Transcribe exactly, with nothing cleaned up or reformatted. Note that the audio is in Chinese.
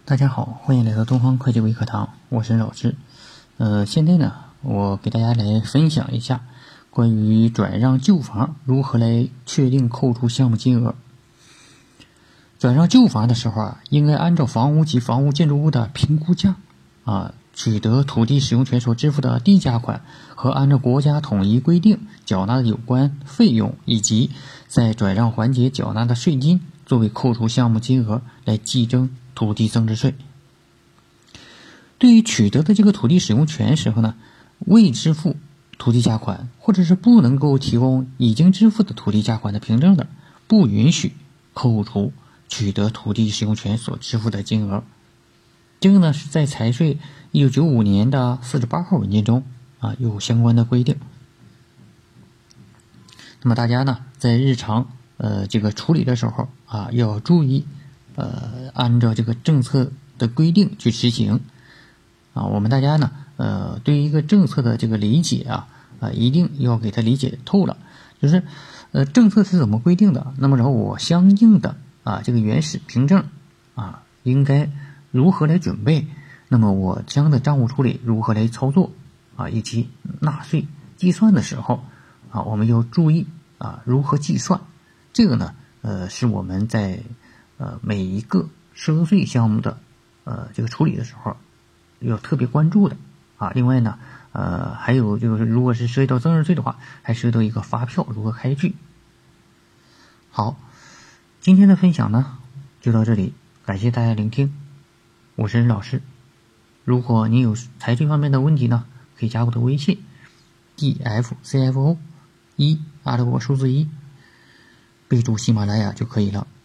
大家好，欢迎来到东方会计微课堂，我是老师。呃，现在呢，我给大家来分享一下关于转让旧房如何来确定扣除项目金额。转让旧房的时候啊，应该按照房屋及房屋建筑物的评估价啊，取得土地使用权所支付的地价款和按照国家统一规定缴纳的有关费用，以及在转让环节缴纳的税金作为扣除项目金额来计征土地增值税。对于取得的这个土地使用权时候呢，未支付土地价款或者是不能够提供已经支付的土地价款的凭证的，不允许扣除取得土地使用权所支付的金额。这个呢是在财税一九九五年的四十八号文件中啊有相关的规定。那么大家呢在日常呃这个处理的时候啊要注意呃按照这个政策的规定去执行啊。我们大家呢呃对于一个政策的这个理解啊啊一定要给它理解透了，就是呃政策是怎么规定的，那么然后我相应的啊这个原始凭证啊应该如何来准备，那么我将的账务处理如何来操作啊，以及纳税计算的时候啊我们要注意啊如何计算。这个呢呃是我们在呃每一个收税项目的呃这个处理的时候要特别关注的啊。另外呢呃还有就是如果是涉及到增值税的话，还涉及到一个发票如何开具。好，今天的分享呢就到这里，感谢大家聆听，我是任老师。如果你有财税方面的问题呢，可以加我的微信 D F C F O 一阿拉伯数字一，备注喜马拉雅就可以了。